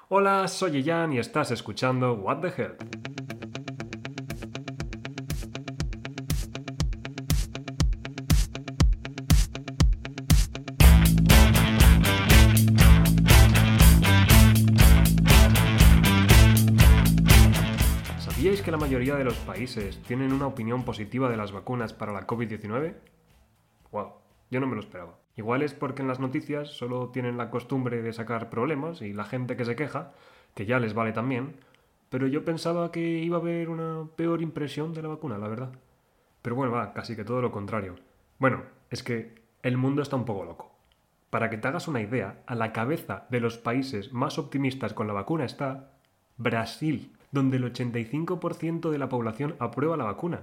Hola, soy Ian y estás escuchando What the Hell. ¿Sabíais que la mayoría de los países tienen una opinión positiva de las vacunas para la COVID-19? Wow, yo no me lo esperaba. Igual es porque en las noticias solo tienen la costumbre de sacar problemas y la gente que se queja, que ya les vale también, pero yo pensaba que iba a haber una peor impresión de la vacuna, la verdad. Pero bueno, va, casi que todo lo contrario. Bueno, es que el mundo está un poco loco. Para que te hagas una idea, a la cabeza de los países más optimistas con la vacuna está Brasil, donde el 85% de la población aprueba la vacuna.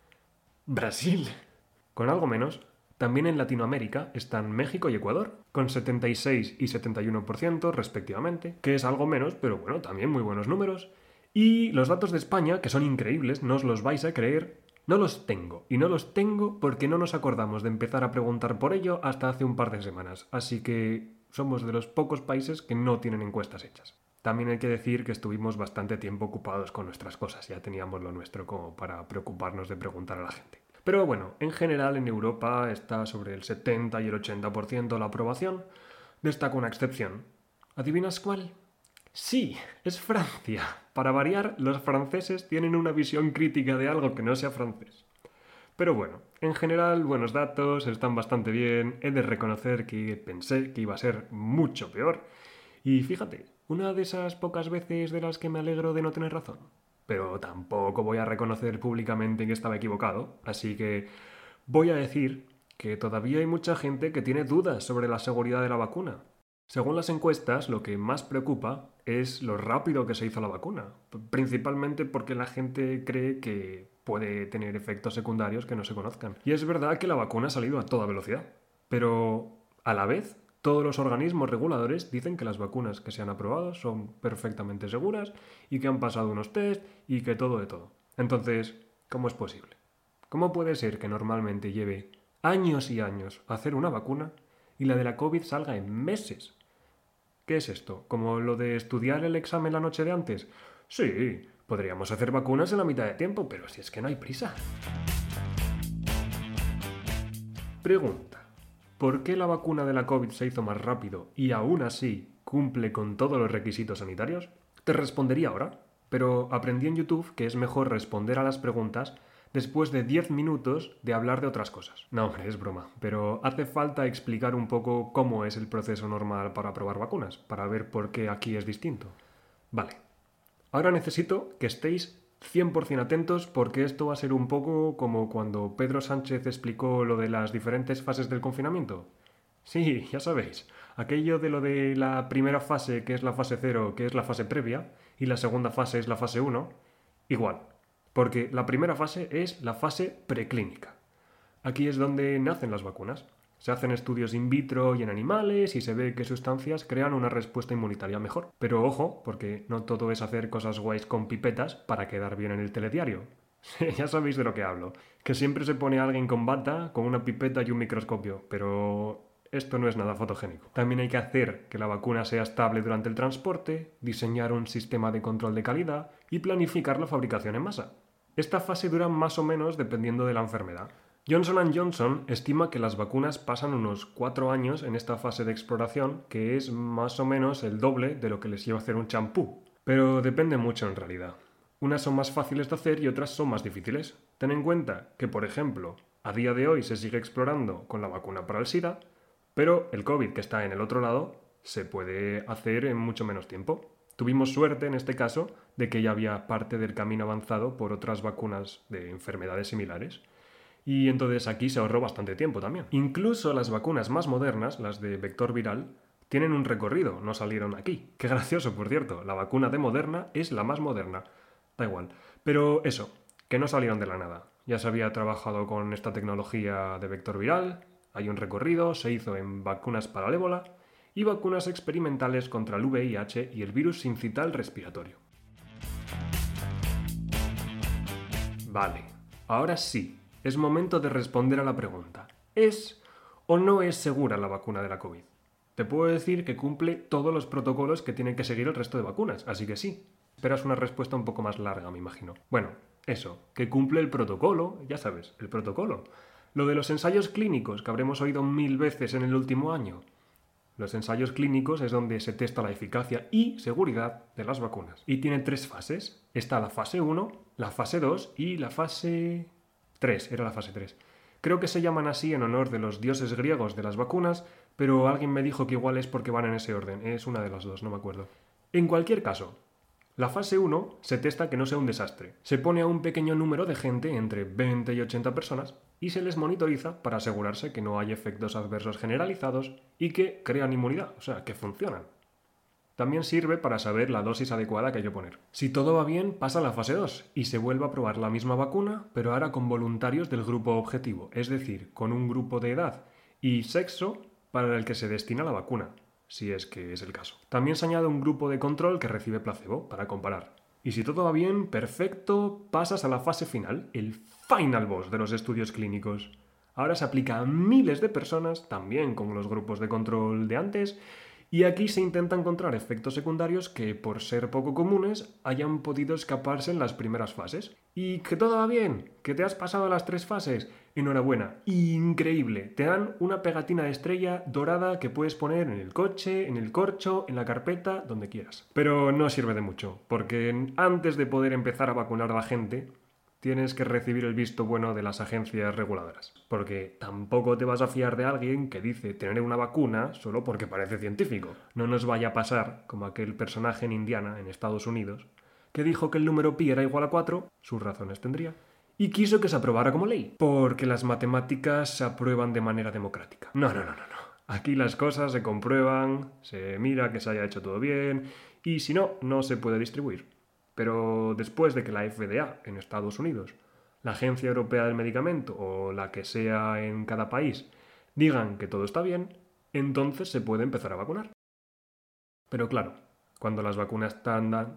Brasil. Con algo menos, también en Latinoamérica están México y Ecuador, con 76 y 71% respectivamente, que es algo menos, pero bueno, también muy buenos números. Y los datos de España, que son increíbles, no os los vais a creer, no los tengo. Y no los tengo porque no nos acordamos de empezar a preguntar por ello hasta hace un par de semanas. Así que somos de los pocos países que no tienen encuestas hechas. También hay que decir que estuvimos bastante tiempo ocupados con nuestras cosas, ya teníamos lo nuestro como para preocuparnos de preguntar a la gente. Pero bueno, en general en Europa está sobre el 70 y el 80% la aprobación. Destaca una excepción. ¿Adivinas cuál? Sí, es Francia. Para variar, los franceses tienen una visión crítica de algo que no sea francés. Pero bueno, en general buenos datos, están bastante bien, he de reconocer que pensé que iba a ser mucho peor. Y fíjate, una de esas pocas veces de las que me alegro de no tener razón. Pero tampoco voy a reconocer públicamente que estaba equivocado, así que voy a decir que todavía hay mucha gente que tiene dudas sobre la seguridad de la vacuna. Según las encuestas, lo que más preocupa es lo rápido que se hizo la vacuna, principalmente porque la gente cree que puede tener efectos secundarios que no se conozcan. Y es verdad que la vacuna ha salido a toda velocidad, pero a la vez todos los organismos reguladores dicen que las vacunas que se han aprobado son perfectamente seguras y que han pasado unos test y que todo de todo. Entonces, ¿cómo es posible? ¿Cómo puede ser que normalmente lleve años y años hacer una vacuna y la de la COVID salga en meses? ¿Qué es esto? ¿Como lo de estudiar el examen la noche de antes? Sí, podríamos hacer vacunas en la mitad de tiempo, pero si es que no hay prisa. Pregunta. ¿Por qué la vacuna de la COVID se hizo más rápido y aún así cumple con todos los requisitos sanitarios? Te respondería ahora, pero aprendí en YouTube que es mejor responder a las preguntas después de 10 minutos de hablar de otras cosas. No, hombre, es broma, pero hace falta explicar un poco cómo es el proceso normal para probar vacunas, para ver por qué aquí es distinto. Vale, ahora necesito que estéis 100% atentos porque esto va a ser un poco como cuando Pedro Sánchez explicó lo de las diferentes fases del confinamiento. Sí, ya sabéis, aquello de lo de la primera fase, que es la fase 0, que es la fase previa, y la segunda fase es la fase 1, igual, porque la primera fase es la fase preclínica. Aquí es donde nacen las vacunas. Se hacen estudios in vitro y en animales y se ve qué sustancias crean una respuesta inmunitaria mejor. Pero ojo, porque no todo es hacer cosas guays con pipetas para quedar bien en el telediario. Ya sabéis de lo que hablo. Que siempre se pone a alguien con bata, con una pipeta y un microscopio, pero esto no es nada fotogénico. También hay que hacer que la vacuna sea estable durante el transporte, diseñar un sistema de control de calidad y planificar la fabricación en masa. Esta fase dura más o menos dependiendo de la enfermedad. Johnson & Johnson estima que las vacunas pasan unos 4 años en esta fase de exploración, que es más o menos el doble de lo que les lleva hacer un champú. Pero depende mucho en realidad. Unas son más fáciles de hacer y otras son más difíciles. Ten en cuenta que, por ejemplo, a día de hoy se sigue explorando con la vacuna para el SIDA, pero el COVID, que está en el otro lado, se puede hacer en mucho menos tiempo. Tuvimos suerte en este caso de que ya había parte del camino avanzado por otras vacunas de enfermedades similares. Y entonces aquí se ahorró bastante tiempo también. Incluso las vacunas más modernas, las de vector viral, tienen un recorrido, no salieron aquí. Qué gracioso, por cierto, la vacuna de Moderna es la más moderna. Da igual. Pero eso, que no salieron de la nada. Ya se había trabajado con esta tecnología de vector viral, hay un recorrido, se hizo en vacunas para el ébola y vacunas experimentales contra el VIH y el virus sincital respiratorio. Vale, ahora sí. Es momento de responder a la pregunta. ¿Es o no es segura la vacuna de la COVID? Te puedo decir que cumple todos los protocolos que tienen que seguir el resto de vacunas, así que sí. Esperas una respuesta un poco más larga, me imagino. Bueno, eso, que cumple el protocolo, ya sabes, el protocolo. Lo de los ensayos clínicos, que habremos oído 1000 veces en el último año. Los ensayos clínicos es donde se testa la eficacia y seguridad de las vacunas. Y tiene 3 fases. Está la fase 1, la fase 2 y la fase 3. Era la fase 3. Creo que se llaman así en honor de los dioses griegos de las vacunas, pero alguien me dijo que igual es porque van en ese orden. Es una de las dos, no me acuerdo. En cualquier caso, la fase 1 se testa que no sea un desastre. Se pone a un pequeño número de gente, entre 20 y 80 personas, y se les monitoriza para asegurarse que no hay efectos adversos generalizados y que crean inmunidad, o sea, que funcionan. También sirve para saber la dosis adecuada que hay que poner. Si todo va bien, pasa a la fase 2 y se vuelve a probar la misma vacuna, pero ahora con voluntarios del grupo objetivo, es decir, con un grupo de edad y sexo para el que se destina la vacuna, si es que es el caso. También se añade un grupo de control que recibe placebo para comparar. Y si todo va bien, perfecto, pasas a la fase final, el final boss de los estudios clínicos. Ahora se aplica a miles de personas, también con los grupos de control de antes, y aquí se intenta encontrar efectos secundarios que, por ser poco comunes, hayan podido escaparse en las primeras fases. Y que todo va bien, que te has pasado las 3 fases. Enhorabuena, increíble. Te dan una pegatina de estrella dorada que puedes poner en el coche, en el corcho, en la carpeta, donde quieras. Pero no sirve de mucho, porque antes de poder empezar a vacunar a la gente, tienes que recibir el visto bueno de las agencias reguladoras. Porque tampoco te vas a fiar de alguien que dice tener una vacuna solo porque parece científico. No nos vaya a pasar como aquel personaje en Indiana, en Estados Unidos, que dijo que el número pi era igual a 4, sus razones tendría, y quiso que se aprobara como ley. Porque las matemáticas se aprueban de manera democrática. No. Aquí las cosas se comprueban, se mira que se haya hecho todo bien, y si no, no se puede distribuir. Pero después de que la FDA en Estados Unidos, la Agencia Europea del Medicamento o la que sea en cada país digan que todo está bien, entonces se puede empezar a vacunar. Pero claro, cuando las vacunas tardan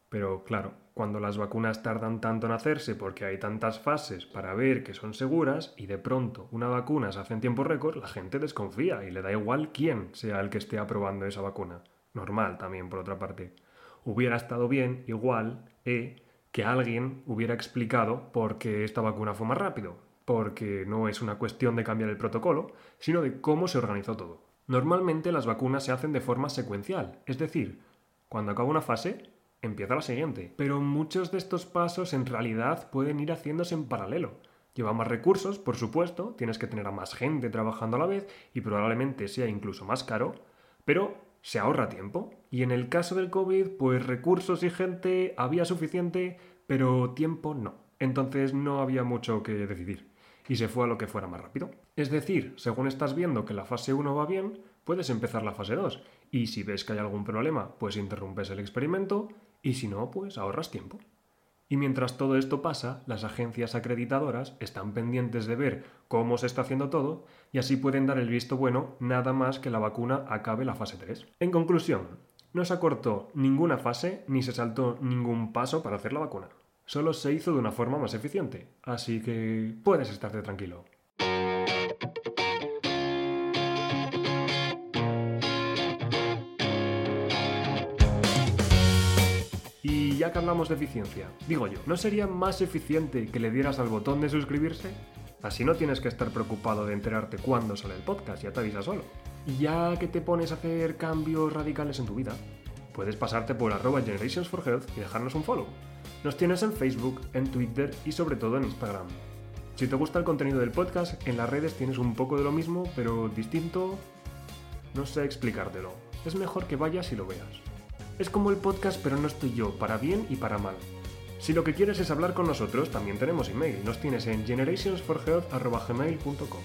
tanto en hacerse porque hay tantas fases para ver que son seguras y de pronto una vacuna se hace en tiempo récord, la gente desconfía y le da igual quién sea el que esté aprobando esa vacuna. Normal también, por otra parte. Hubiera estado bien, igual, que alguien hubiera explicado por qué esta vacuna fue más rápido, porque no es una cuestión de cambiar el protocolo, sino de cómo se organizó todo. Normalmente las vacunas se hacen de forma secuencial, es decir, cuando acaba una fase, empieza la siguiente. Pero muchos de estos pasos en realidad pueden ir haciéndose en paralelo. Lleva más recursos, por supuesto, tienes que tener a más gente trabajando a la vez y probablemente sea incluso más caro, pero se ahorra tiempo. Y en el caso del COVID, pues recursos y gente había suficiente, pero tiempo no. Entonces no había mucho que decidir. Y se fue a lo que fuera más rápido. Es decir, según estás viendo que la fase 1 va bien, puedes empezar la fase 2. Y si ves que hay algún problema, pues interrumpes el experimento. Y si no, pues ahorras tiempo. Y mientras todo esto pasa, las agencias acreditadoras están pendientes de ver cómo se está haciendo todo y así pueden dar el visto bueno nada más que la vacuna acabe la fase 3. En conclusión, no se acortó ninguna fase ni se saltó ningún paso para hacer la vacuna. Solo se hizo de una forma más eficiente, así que puedes estarte tranquilo. Y ya que hablamos de eficiencia, digo yo, ¿no sería más eficiente que le dieras al botón de suscribirse? Así no tienes que estar preocupado de enterarte cuándo sale el podcast, ya te avisa solo. Y ya que te pones a hacer cambios radicales en tu vida, puedes pasarte por @generationsforhealth y dejarnos un follow. Nos tienes en Facebook, en Twitter y sobre todo en Instagram. Si te gusta el contenido del podcast, en las redes tienes un poco de lo mismo, pero distinto. No sé explicártelo. Es mejor que vayas y lo veas. Es como el podcast, pero no estoy yo, para bien y para mal. Si lo que quieres es hablar con nosotros, también tenemos email. Nos tienes en generationsforhealth@gmail.com.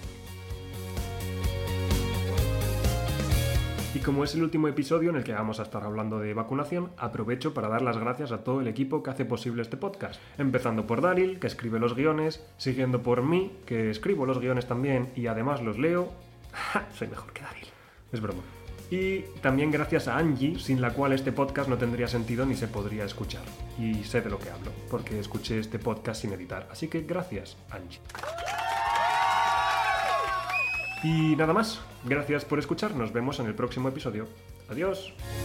Y como es el último episodio en el que vamos a estar hablando de vacunación, aprovecho para dar las gracias a todo el equipo que hace posible este podcast. Empezando por Daryl, que escribe los guiones, siguiendo por mí, que escribo los guiones también y además los leo. Soy mejor que Daryl. Es broma. Y también gracias a Angie, sin la cual este podcast no tendría sentido ni se podría escuchar. Y sé de lo que hablo, porque escuché este podcast sin editar. Así que gracias, Angie. Y nada más, gracias por escuchar, nos vemos en el próximo episodio. Adiós.